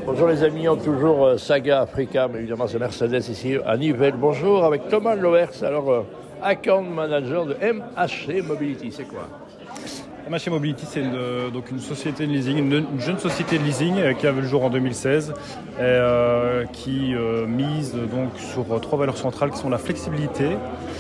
Bonjour les amis, on est toujours Saga Africa, mais évidemment c'est Mercedes ici à Nivelles. Bonjour avec Thomas Loers, alors account manager de MHC Mobility, c'est quoi? MHC Mobility, c'est une société de leasing, une jeune société de leasing qui a vu le jour en 2016 et qui mise donc sur trois valeurs centrales qui sont la flexibilité,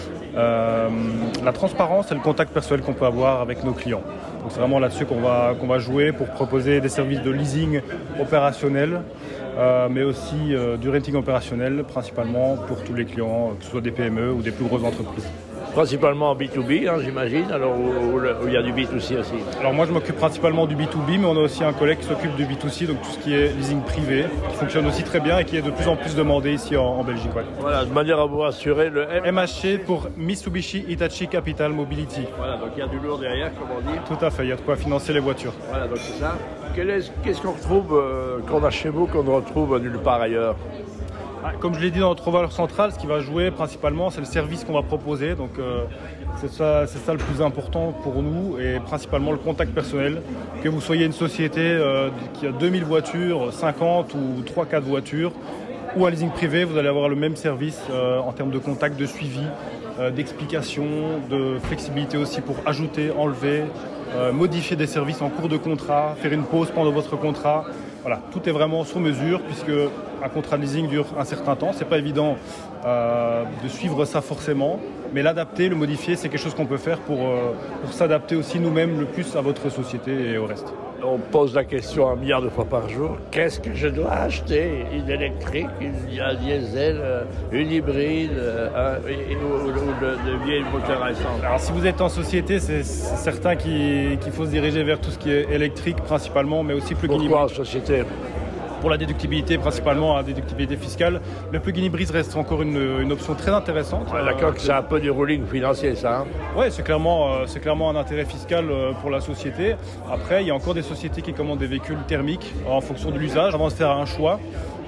la transparence et le contact personnel qu'on peut avoir avec nos clients. Donc c'est vraiment là-dessus qu'on va jouer pour proposer des services de leasing opérationnel, mais aussi du renting opérationnel, principalement pour tous les clients, que ce soit des PME ou des plus grosses entreprises. Principalement en B2B, j'imagine, alors où il y a du B2C aussi. Alors moi je m'occupe principalement du B2B, mais on a aussi un collègue qui s'occupe du B2C, donc tout ce qui est leasing privé, qui fonctionne aussi très bien et qui est de plus en plus demandé ici en Belgique. Ouais. Voilà, de manière à vous assurer le MHC pour Mitsubishi Hitachi Capital Mobility. Voilà, donc il y a du lourd derrière, comme on dit. Tout à fait, il y a de quoi financer les voitures. Voilà, donc c'est ça. Qu'est-ce qu'on retrouve, qu'on a chez vous, qu'on ne retrouve nulle part ailleurs? Comme je l'ai dit dans notre valeur centrale, ce qui va jouer principalement, c'est le service qu'on va proposer. Donc c'est ça le plus important pour nous et principalement le contact personnel. Que vous soyez une société qui a 2000 voitures, 50 ou 3-4 voitures ou un leasing privé, vous allez avoir le même service en termes de contact, de suivi, d'explication, de flexibilité aussi pour ajouter, enlever, modifier des services en cours de contrat, faire une pause pendant votre contrat. Voilà, tout est vraiment sur mesure puisque un contrat de leasing dure un certain temps. C'est pas évident de suivre ça forcément, mais l'adapter, le modifier, c'est quelque chose qu'on peut faire pour s'adapter aussi nous-mêmes le plus à votre société et au reste. On pose la question 1 milliard de fois par jour. Qu'est-ce que je dois acheter? Une électrique, une diesel, une hybride ou de vieilles moteurs à essence? Alors si vous êtes en société, c'est certain qu'il faut se diriger vers tout ce qui est électrique principalement, mais aussi plug-in hybride. Pourquoi en société? Pour la déductibilité, principalement la déductibilité fiscale. Le plug-in hybride reste encore une option très intéressante. Ouais, d'accord, c'est un peu du ruling financier, ça. Oui, c'est clairement un intérêt fiscal pour la société. Après, il y a encore des sociétés qui commandent des véhicules thermiques en fonction de l'usage, avant de faire un choix.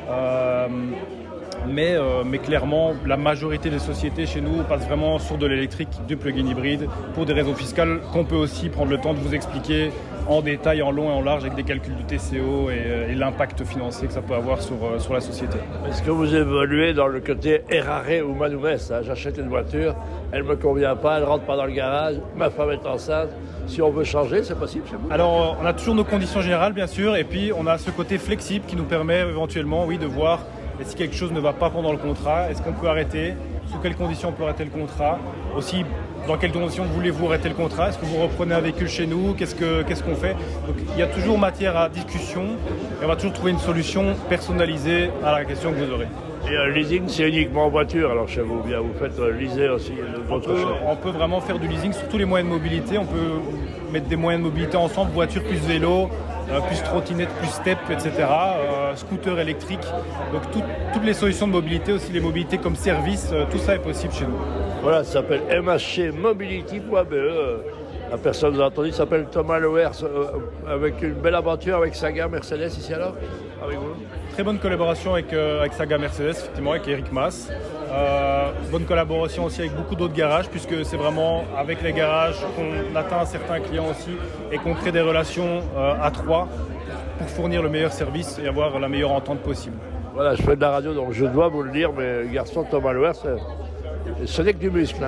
Mais clairement, la majorité des sociétés chez nous passent vraiment sur de l'électrique, du plug-in hybride, pour des raisons fiscales qu'on peut aussi prendre le temps de vous expliquer en détail, en long et en large, avec des calculs de TCO et l'impact financier que ça peut avoir sur la société. Est-ce que vous évoluez dans le côté errare ou manumès? J'achète une voiture, elle ne me convient pas, elle ne rentre pas dans le garage, ma femme est enceinte. Si on veut changer, c'est possible chez vous? Alors, on a toujours nos conditions générales, bien sûr, et puis on a ce côté flexible qui nous permet éventuellement, oui, de voir si quelque chose ne va pas pendant le contrat, est-ce qu'on peut arrêter? Sous quelles conditions on peut arrêter le contrat? Aussi, dans quelles conditions voulez-vous arrêter le contrat? Est-ce que vous reprenez un véhicule chez nous? Qu'est-ce qu'on fait? Donc, il y a toujours matière à discussion et on va toujours trouver une solution personnalisée à la question que vous aurez. Et le leasing, c'est uniquement en voiture, alors chez vous, bien, vous faites leaser aussi d'autres choses? On peut vraiment faire du leasing sur tous les moyens de mobilité. On peut mettre des moyens de mobilité ensemble, voiture plus vélo, plus trottinette, plus step, etc. Scooter électrique. Donc toutes les solutions de mobilité, aussi les mobilités comme service, tout ça est possible chez nous. Voilà, ça s'appelle mhcmobility.be. La personne, vous avez entendu, s'appelle Thomas Loers, avec une belle aventure avec Saga Mercedes ici alors, avec vous. Très bonne collaboration avec Saga Mercedes, effectivement, avec Eric Mas. Bonne collaboration aussi avec beaucoup d'autres garages, puisque c'est vraiment avec les garages qu'on atteint certains clients aussi et qu'on crée des relations à trois pour fournir le meilleur service et avoir la meilleure entente possible. Voilà, je fais de la radio, donc je dois vous le dire, mais garçon Thomas Loers, ce n'est que du muscle.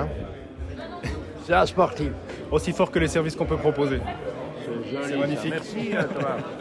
C'est un sportif. Aussi fort que les services qu'on peut proposer. C'est magnifique. Merci Thomas.